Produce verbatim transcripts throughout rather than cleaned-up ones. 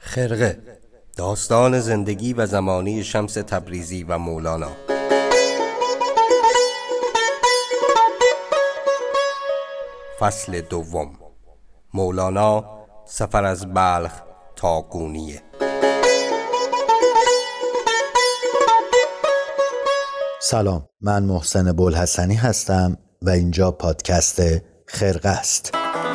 خرقه، داستان زندگی و زمانی شمس تبریزی و مولانا. فصل دوم. مولانا، سفر از بلخ تا قونیه. سلام، من محسن بوالحسنی هستم و اینجا پادکست خرقه است.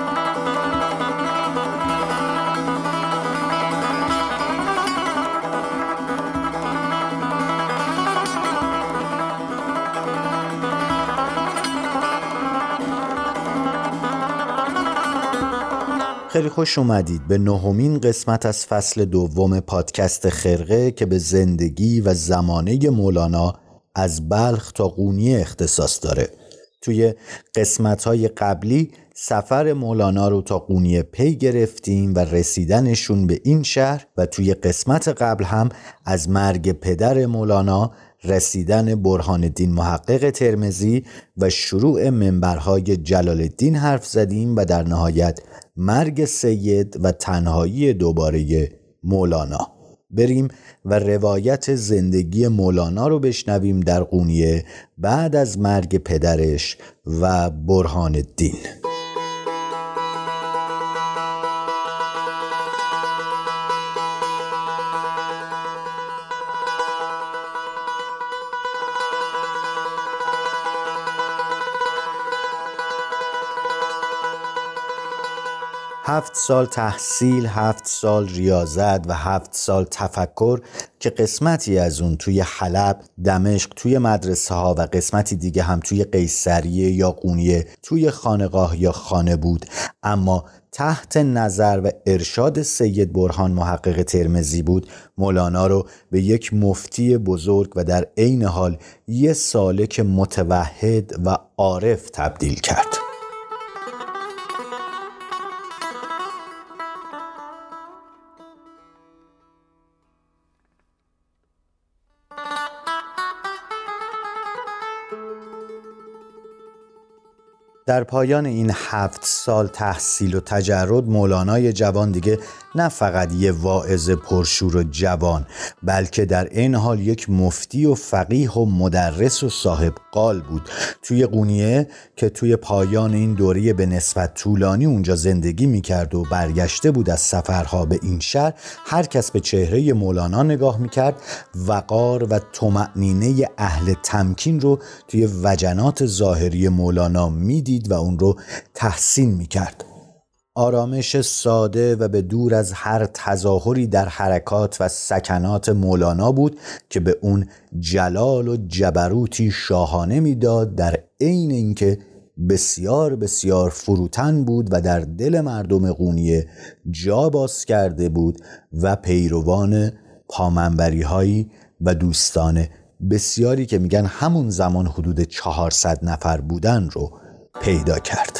خیلی خوش اومدید به نهمین قسمت از فصل دوم پادکست خرقه که به زندگی و زمانه مولانا از بلخ تا قونیه اختصاص داره. توی قسمت‌های قبلی سفر مولانا رو تا قونیه پی گرفتیم و رسیدنشون به این شهر و توی قسمت قبل هم از مرگ پدر مولانا، رسیدن برهان الدین محقق ترمذی و شروع منبرهای جلال الدین حرف زدیم و در نهایت مرگ سید و تنهایی دوباره مولانا. بریم و روایت زندگی مولانا رو بشنویم در قونیه بعد از مرگ پدرش و برهان الدین. هفت سال تحصیل، هفت سال ریاضت و هفت سال تفکر که قسمتی از اون توی حلب، دمشق توی مدرسه ها و قسمتی دیگه هم توی قیصریه یا قونیه توی خانقاه یا خانه بود، اما تحت نظر و ارشاد سید برهان محقق ترمذی بود، مولانا رو به یک مفتی بزرگ و در عین حال یه سالک متوحد و عارف تبدیل کرد. در پایان این هفت سال تحصیل و تجرد، مولانای جوان دیگه نه فقط یه واعظ پرشور و جوان، بلکه در این حال یک مفتی و فقیه و مدرس و صاحب قال بود. توی قونیه که توی پایان این دوره به نسبت طولانی اونجا زندگی میکرد و برگشته بود از سفرها به این شهر، هر کس به چهره مولانا نگاه میکرد وقار و طمأنینه اهل تمکین رو توی وجنات ظاهری مولانا میدید و اون رو تحسین میکرد. آرامش ساده و به دور از هر تظاهری در حرکات و سکنات مولانا بود که به اون جلال و جبروتی شاهانه میداد، در عین اینکه بسیار بسیار فروتن بود و در دل مردم قونیه جا باز کرده بود و پیروان پامنبری هایی و دوستان بسیاری که میگن همون زمان حدود چهارصد نفر بودن رو پیدا کرد.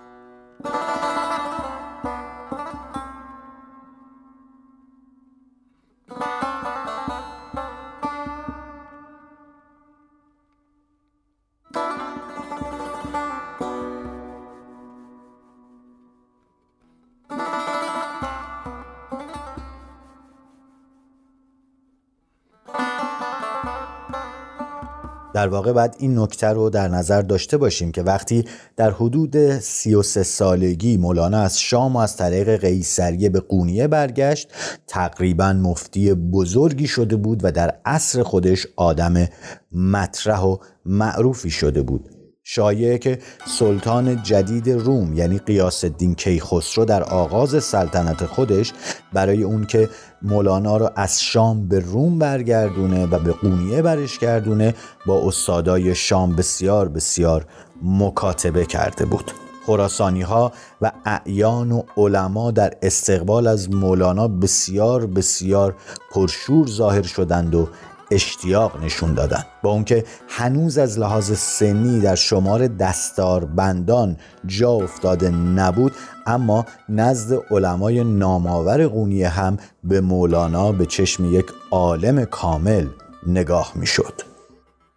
در واقع باید این نکته رو در نظر داشته باشیم که وقتی در حدود سی و سه سالگی مولانا از شام و از طریق قیصریه به قونیه برگشت، تقریباً مفتی بزرگی شده بود و در عصر خودش آدم مطرح و معروفی شده بود. شایعه که سلطان جدید روم یعنی غیاث الدین کیخسرو در آغاز سلطنت خودش برای اون که مولانا رو از شام به روم برگردونه و به قونیه برش گردونه با استادای شام بسیار بسیار مکاتبه کرده بود. خراسانی ها و اعیان و علما در استقبال از مولانا بسیار بسیار پرشور ظاهر شدند و اشتیاق نشون دادن، با اونکه هنوز از لحاظ سنی در شمار دستار بندان جا افتاده نبود، اما نزد علمای نامآور قونیه هم به مولانا به چشم یک عالم کامل نگاه می شد.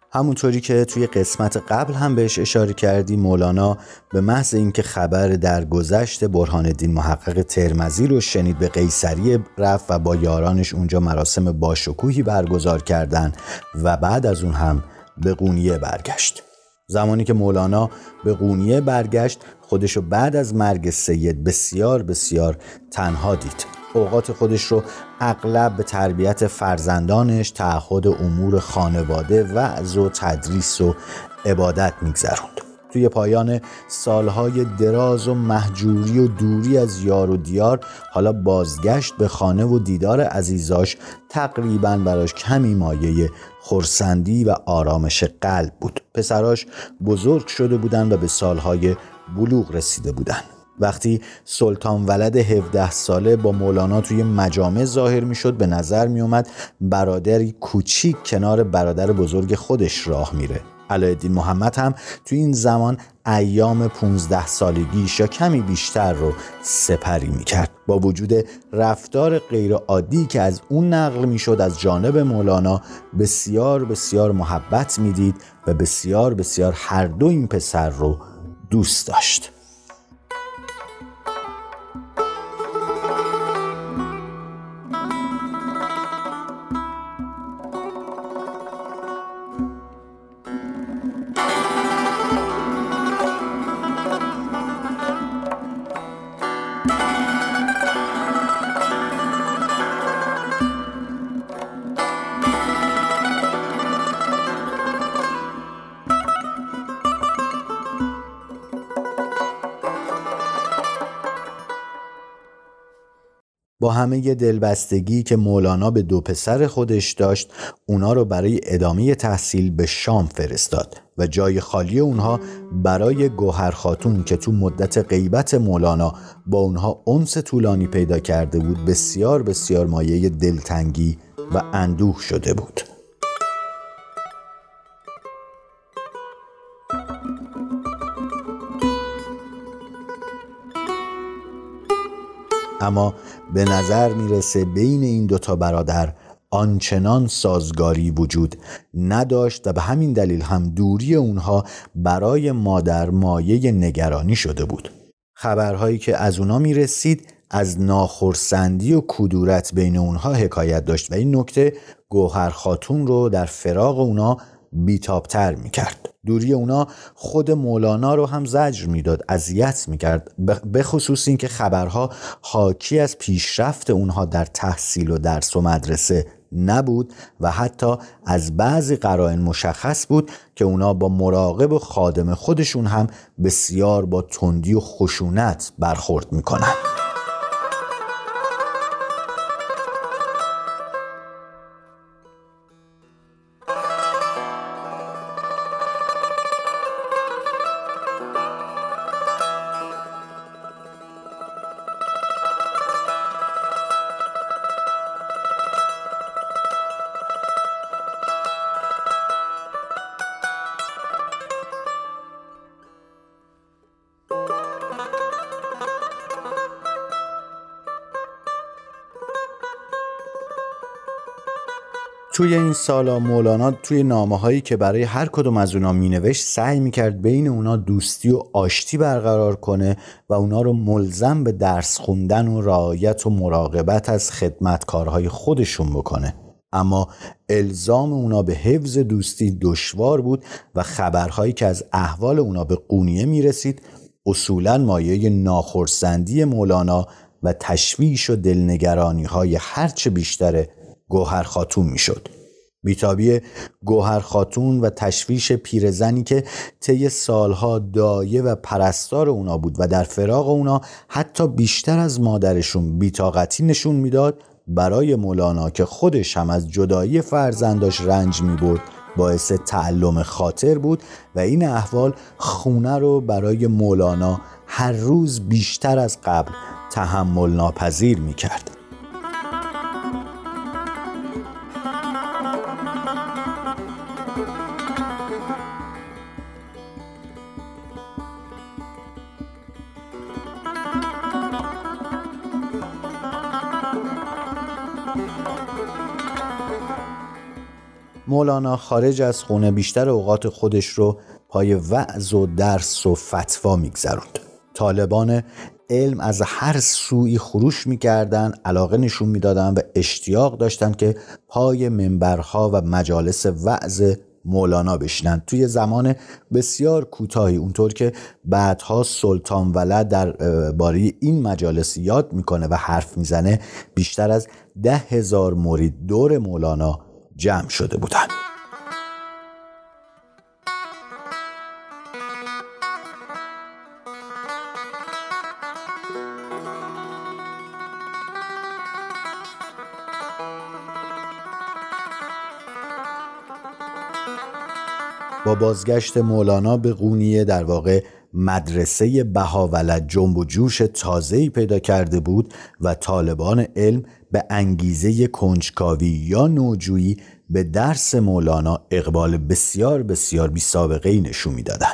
همونطوری که توی قسمت قبل هم بهش اشاره کردی، مولانا به محض اینکه خبر درگذشت برهان الدین محقق ترمذی رو شنید به قیصریه رفت و با یارانش اونجا مراسم باشکوهی برگزار کردن و بعد از اون هم به قونیه برگشت. زمانی که مولانا به قونیه برگشت خودشو بعد از مرگ سید بسیار بسیار تنها دید. اوقات خودش رو اغلب به تربیت فرزندانش، تعهد امور خانواده، وعظ و تدریس و عبادت میگذروند. توی پایان سالهای دراز و مهجوری و دوری از یار و دیار، حالا بازگشت به خانه و دیدار عزیزاش تقریباً براش کمی مایه خرسندی و آرامش قلب بود. پسراش بزرگ شده بودن و به سالهای بلوغ رسیده بودن. وقتی سلطان ولد هفده ساله با مولانا توی مجامع ظاهر می شد، به نظر می اومد برادری کوچیک کنار برادر بزرگ خودش راه میره. علاءالدین محمد هم توی این زمان ایام پونزده سالگیش یا کمی بیشتر رو سپری می کرد. با وجود رفتار غیر عادی که از اون نقل می شد، از جانب مولانا بسیار بسیار محبت می دید و بسیار بسیار هر دو این پسر رو دوست داشت. با همه ی دلبستگی که مولانا به دو پسر خودش داشت، اونا رو برای ادامه تحصیل به شام فرستاد و جای خالی اونها برای گوهر خاتون که تو مدت غیبت مولانا با اونها انس طولانی پیدا کرده بود بسیار بسیار مایه دلتنگی و اندوه شده بود. اما به نظر میرسه بین این دوتا برادر آنچنان سازگاری وجود نداشت و به همین دلیل هم دوری اونها برای مادر مایه نگرانی شده بود. خبرهایی که از اونا میرسید از ناخرسندی و کدورت بین اونها حکایت داشت و این نکته گوهر خاتون رو در فراق اونا بیتابتر میکرد. دوری اونا خود مولانا رو هم زجر میداد، اذیت میکرد، به خصوص این که خبرها حاکی از پیشرفت اونها در تحصیل و درس و مدرسه نبود و حتی از بعضی قرائن مشخص بود که اونا با مراقب و خادم خودشون هم بسیار با تندی و خشونت برخورد میکنن. توی این سالا مولانا توی نامه‌هایی که برای هر کدوم از اونا مینوشت سعی میکرد بین اونا دوستی و آشتی برقرار کنه و اونا رو ملزم به درس خوندن و رعایت و مراقبت از خدمتکارهای خودشون بکنه. اما الزام اونا به حفظ دوستی دشوار بود و خبرهایی که از احوال اونا به قونیه میرسید اصولاً مایه ناخرسندی مولانا و تشویش و دلنگرانی های هرچه بیشتر گوهر خاتون می شد. بیتابی گوهر خاتون و تشویش پیرزنی که طی سالها دایه و پرستار اونا بود و در فراق اونا حتی بیشتر از مادرشون بی‌طاقتی نشون میداد، برای مولانا که خودش هم از جدایی فرزنداش رنج می برد باعث تعلم خاطر بود و این احوال خونه رو برای مولانا هر روز بیشتر از قبل تحمل ناپذیر می کرد. مولانا خارج از خونه بیشتر اوقات خودش رو پای وعظ و درس و فتوا میگذروند. طالبان علم از هر سوی خروش میکردن، علاقه نشون میدادن و اشتیاق داشتن که پای منبرها و مجالس وعظ مولانا بشنن. توی زمان بسیار کوتاهی، اونطور که بعدها سلطان ولد در باره این مجالس یاد میکنه و حرف میزنه، بیشتر از ده هزار مرید دور مولانا جمع شده بودن. با بازگشت مولانا به قونیه، در واقع مدرسه بهاولد جنب و جوش تازه‌ای پیدا کرده بود و طالبان علم به انگیزه کنجکاوی یا نوجویی به درس مولانا اقبال بسیار بسیار بی سابقه‌ای نشون می‌دادند.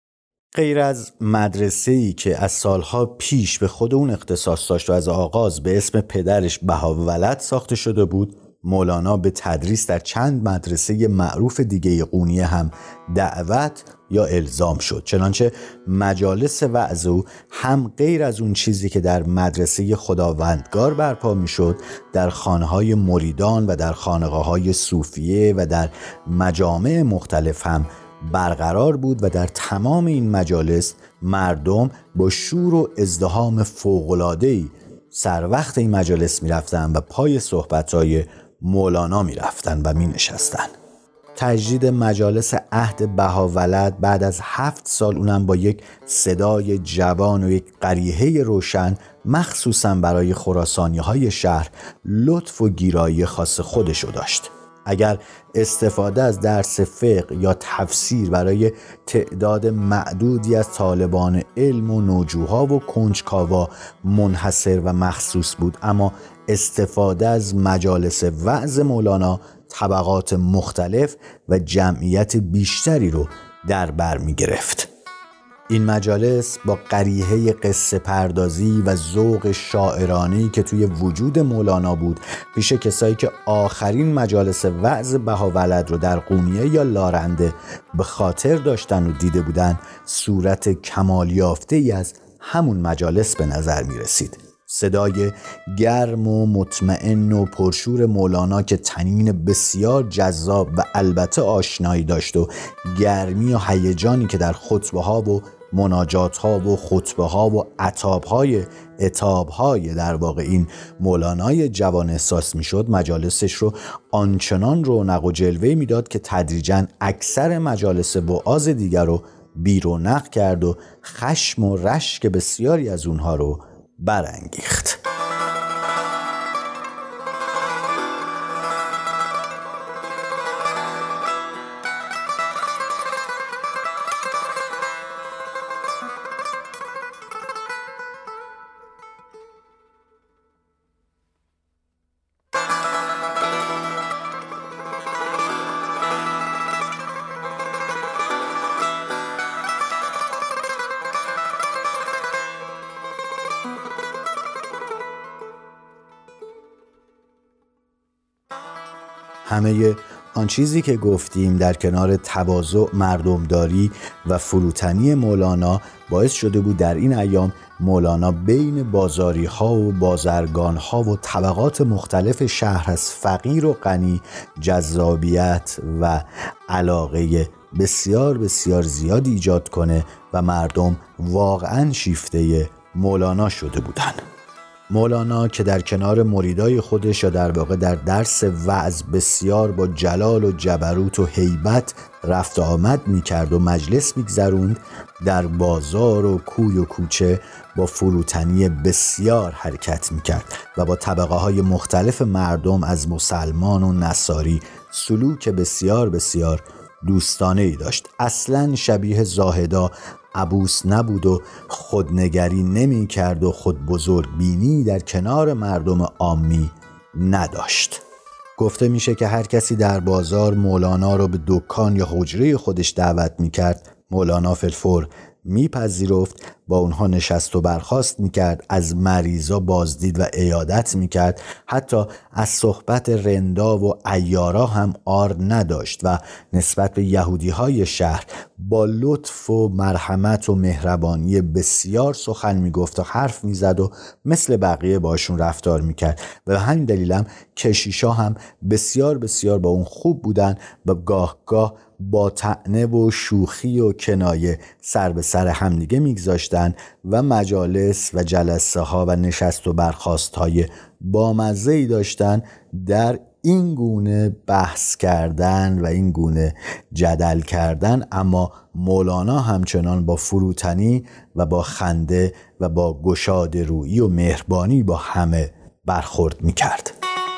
غیر از مدرسه‌ای که از سالها پیش به خود اون اختصاص داشت و از آغاز به اسم پدرش بهاولد ساخته شده بود، مولانا به تدریس در چند مدرسه معروف دیگه قونیه هم دعوت یا الزام شد. چنانچه مجالس وعظ او هم غیر از اون چیزی که در مدرسه خداوندگار برپا می شد، در خانه‌های مریدان و در خانقاه‌های صوفیه و در مجامع مختلف هم برقرار بود و در تمام این مجالس مردم با شور و ازدحام فوق‌العاده‌ای سر وقت این مجالس می رفتن و پای صحبت‌های مولانا می رفتن و می نشستن. تجدید مجالس عهد بهاولد بعد از هفت سال، اونم با یک صدای جوان و یک قریحه روشن، مخصوصا برای خراسانی های شهر، لطف و گیرایی خاص خودشو داشت. اگر استفاده از درس فقه یا تفسیر برای تعداد معدودی از طالبان علم و نوجوها و کنجکاوا منحصر و مخصوص بود، اما استفاده از مجالس وعظ مولانا طبقات مختلف و جمعیت بیشتری رو در بر می گرفت. این مجالس با قریحه قصه پردازی و ذوق شاعرانه‌ای که توی وجود مولانا بود، پیش کسایی که آخرین مجالس وعظ بهاولد رو در قونیه یا لارنده به خاطر داشتن و دیده بودن، صورت کمال یافته‌ای از همون مجالس به نظر می رسید. صدای گرم و مطمئن و پرشور مولانا که طنین بسیار جذاب و البته آشنایی داشت و گرمی و هیجانی که در خطبه ها و مناجات ها و خطبه ها و عتاب های عتاب های در واقع این مولانای جوان احساس می شد، مجالسش رو آنچنان رونق و جلوه می داد که تدریجاً اکثر مجالس وعاظ دیگر رو بیرونق کرد و خشم و رشک بسیاری از اونها رو برانگیخت. همه آن چیزی که گفتیم در کنار تواضع، مردمداری و فروتنی مولانا باعث شده بود در این ایام مولانا بین بازاری ها و بازرگان ها و طبقات مختلف شهر از فقیر و غنی جذابیت و علاقه بسیار بسیار زیادی ایجاد کنه و مردم واقعا شیفته مولانا شده بودند. مولانا که در کنار مریدای خودش یا در واقع در درس وعظ بسیار با جلال و جبروت و هیبت رفت آمد می کرد و مجلس می گذروند، در بازار و کوی و کوچه با فروتنی بسیار حرکت می کرد و با طبقه های مختلف مردم از مسلمان و نصاری سلوک بسیار بسیار دوستانه ای داشت. اصلاً شبیه زاهدا عبوس نبود و خودنگری نمی کرد و خود بزرگ بینی در کنار مردم عامی نداشت. گفته میشه که هر کسی در بازار مولانا رو به دکان یا حجره خودش دعوت می کرد، مولانا فی الفور میپذیرفت، با اونها نشست و برخاست میکرد، از مریضا بازدید و عیادت میکرد، حتی از صحبت رندا و عیارا هم عار نداشت و نسبت به یهودی های شهر با لطف و مرحمت و مهربانی بسیار سخن میگفت و حرف میزد و مثل بقیه باشون رفتار میکرد و به همین دلیلم کشیشا هم بسیار بسیار با اون خوب بودن و گاه گاه با طعنه و شوخی و کنایه سر به سر همدیگه میگذاشتن و مجالس و جلسه ها و نشست و برخاست های بامزه‌ای داشتن در این گونه بحث کردن و این گونه جدل کردن، اما مولانا همچنان با فروتنی و با خنده و با گشاده رویی و مهربانی با همه برخورد میکرد.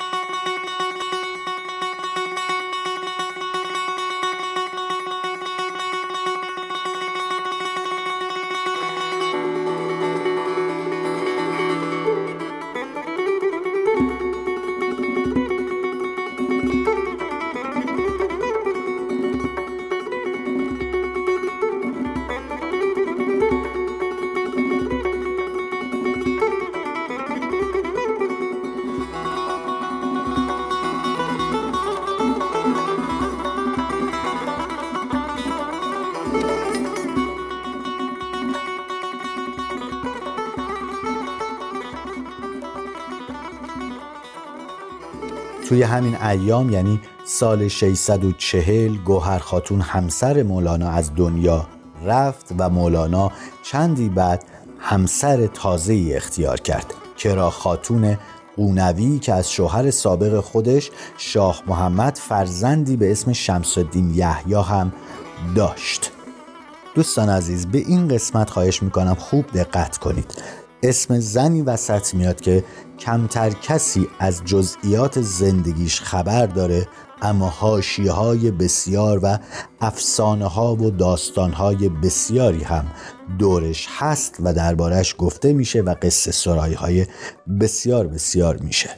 توی همین ایام یعنی سال ششصد و چهل گوهر خاتون همسر مولانا از دنیا رفت و مولانا چندی بعد همسر تازه‌ای اختیار کرد، کرا خاتون قونوی که از شوهر سابق خودش شاه محمد فرزندی به اسم شمس الدین یحیی هم داشت. دوستان عزیز، به این قسمت خواهش میکنم خوب دقت کنید. اسم زنی وسط میاد که کمتر کسی از جزئیات زندگیش خبر داره، اما حاشیه‌های بسیار و افسانه‌ها و داستان‌های بسیاری هم دورش هست و دربارش گفته میشه و قصه سرایی‌های بسیار بسیار میشه.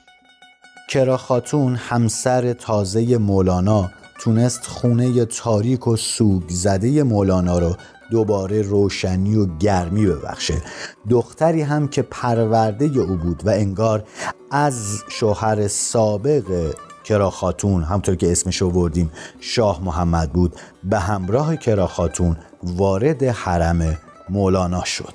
کرا خاتون همسر تازه مولانا تونست خونه تاریک و سوگ زده مولانا رو دوباره روشنی و گرمی ببخشه. دختری هم که پرورده او بود و انگار از شوهر سابق کرا خاتون، همطور که اسمشو بردیم، شاه محمد بود، به همراه کرا خاتون وارد حرم مولانا شد.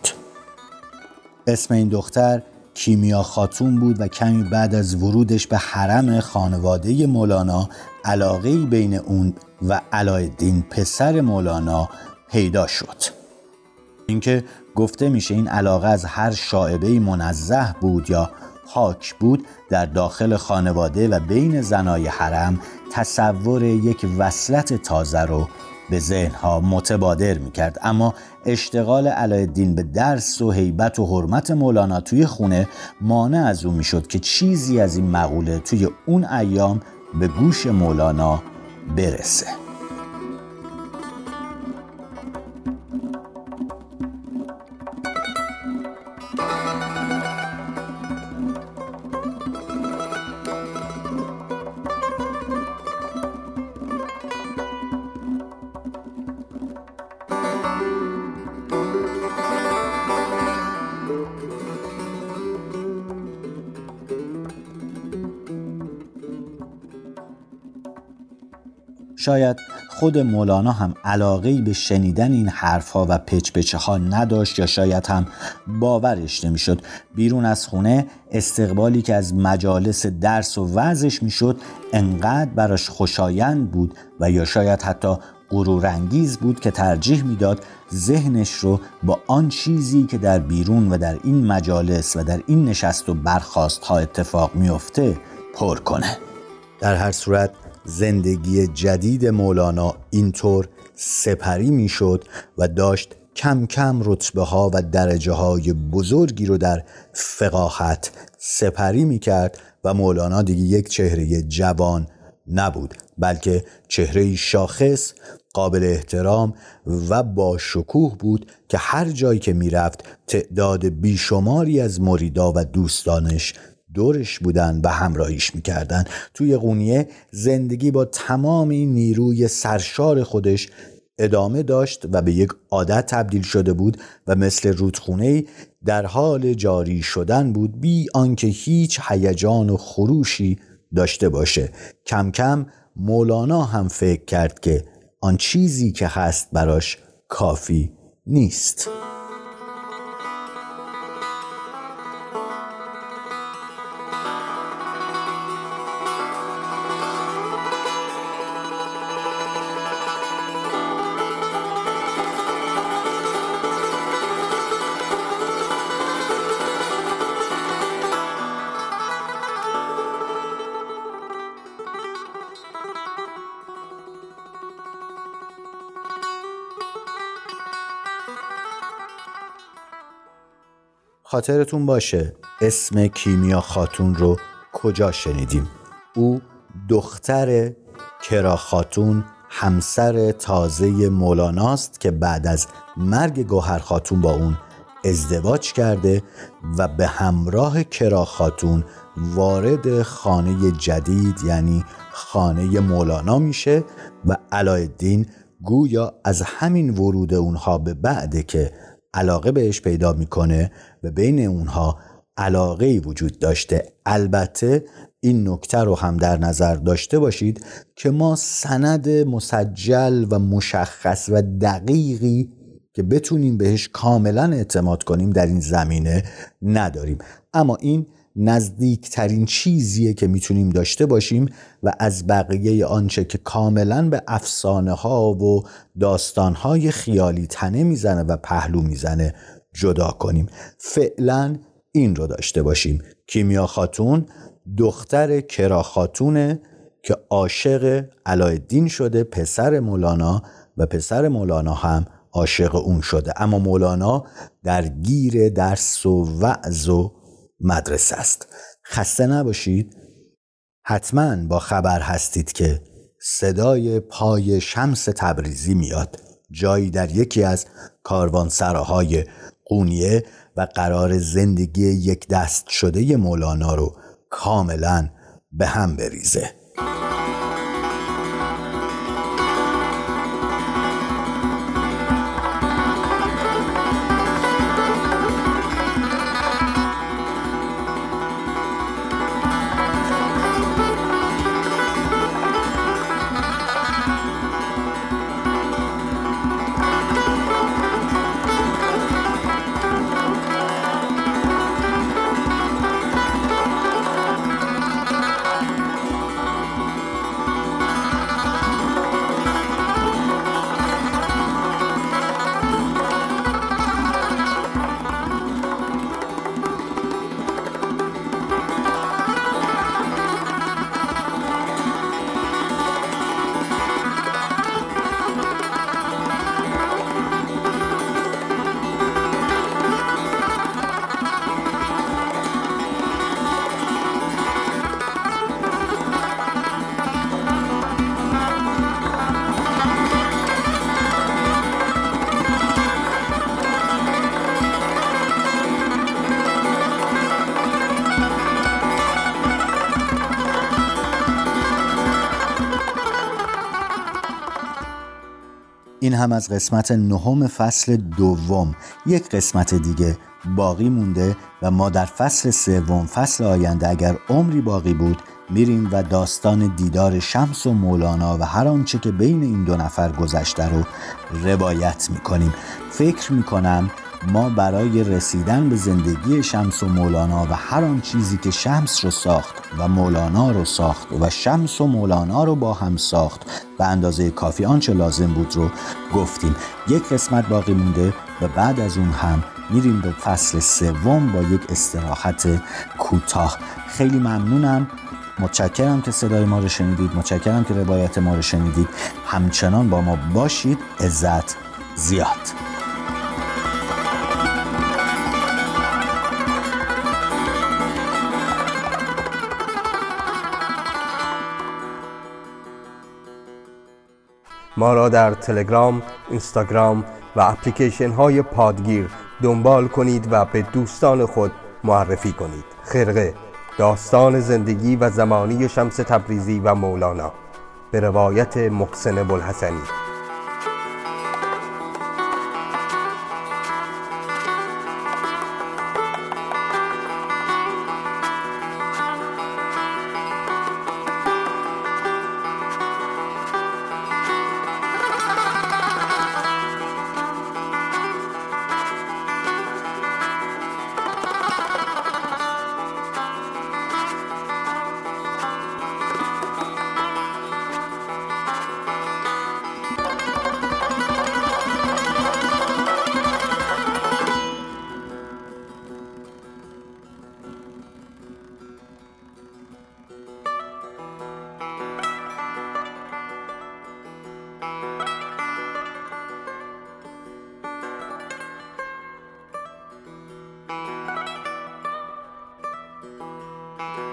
اسم این دختر کیمیا خاتون بود و کمی بعد از ورودش به حرم خانواده مولانا علاقه‌ای بین اون و علایالدین پسر مولانا پیدا شد. اینکه گفته میشه این علاقه از هر شائبه‌ای منزه بود یا پاک بود، در داخل خانواده و بین زنای حرم تصور یک وصلت تازه رو به ذهنها متبادر میکرد. اما اشتغال علایالدین به درس و هیبت و حرمت مولانا توی خونه مانع از اون میشد که چیزی از این مقوله توی اون ایام به گوش مولانا برسه. شاید خود مولانا هم علاقه‌ای به شنیدن این حرفها و پچ‌پچه ها نداشت، یا شاید هم باورش نمیشد. بیرون از خونه استقبالی که از مجالس درس و وعظش میشد انقدر براش خوشایند بود و یا شاید حتی غرورانگیز بود که ترجیح میداد ذهنش رو با آن چیزی که در بیرون و در این مجالس و در این نشست و برخاست ها اتفاق میفته پر کنه. در هر صورت زندگی جدید مولانا اینطور سپری میشد و داشت کم کم رتبه ها و درجه های بزرگی رو در فقاهت سپری میکرد و مولانا دیگه یک چهره جوان نبود، بلکه چهره شاخص، قابل احترام و با شکوه بود که هر جایی که میرفت تعداد بیشماری از مریدا و دوستانش دورش بودن و همراهیش میکردن. توی قونیه زندگی با تمام این نیروی سرشار خودش ادامه داشت و به یک عادت تبدیل شده بود و مثل رودخونه در حال جاری شدن بود، بی آنکه هیچ هیجان و خروشی داشته باشه. کم کم مولانا هم فکر کرد که آن چیزی که هست براش کافی نیست. خاطرتون باشه اسم کیمیا خاتون رو کجا شنیدیم؟ او دختر کرا خاتون، همسر تازه مولاناست که بعد از مرگ گوهر خاتون با اون ازدواج کرده و به همراه کرا خاتون وارد خانه جدید یعنی خانه مولانا میشه و علایالدین گویا از همین ورود اونها به بعده که علاقه بهش پیدا میکنه و بین اونها علاقه‌ای وجود داشته. البته این نکته رو هم در نظر داشته باشید که ما سند مسجل و مشخص و دقیقی که بتونیم بهش کاملا اعتماد کنیم در این زمینه نداریم، اما این نزدیکترین چیزیه که میتونیم داشته باشیم و از بقیه آنچه که کاملا به افسانه ها و داستان های خیالی تنه میزنه و پهلو میزنه جدا کنیم. فعلا این رو داشته باشیم: کیمیا خاتون دختر کرا خاتونه که عاشق علایالدین شده، پسر مولانا، و پسر مولانا هم عاشق اون شده، اما مولانا درگیر درس و وعظ و مدرسه است. خسته نباشید، حتما با خبر هستید که صدای پای شمس تبریزی میاد جایی در یکی از کاروانسراهای قونیه و قرار زندگی یک دست شده مولانا رو کاملا به هم بریزه. این هم از قسمت نهم فصل دوم. یک قسمت دیگه باقی مونده و ما در فصل سوم، فصل آینده، اگر عمری باقی بود، میریم و داستان دیدار شمس و مولانا و هر آنچه که بین این دو نفر گذشته رو روایت میکنیم. فکر میکنم ما برای رسیدن به زندگی شمس و مولانا و هر آن چیزی که شمس رو ساخت و مولانا رو ساخت و شمس و مولانا رو با هم ساخت به اندازه کافی آنچه لازم بود رو گفتیم. یک قسمت باقی مونده و بعد از اون هم میریم به فصل سوم با یک استراحت کوتاه. خیلی ممنونم، متشکرم که صدای ما رو شنیدید، متشکرم که روایت ما رو شنیدید. همچنان با ما باشید. عزت زیاد. ما را در تلگرام، اینستاگرام و اپلیکیشن های پادگیر دنبال کنید و به دوستان خود معرفی کنید. خرقه، داستان زندگی و زمانی شمس تبریزی و مولانا، به روایت محسن بوالحسنی. you.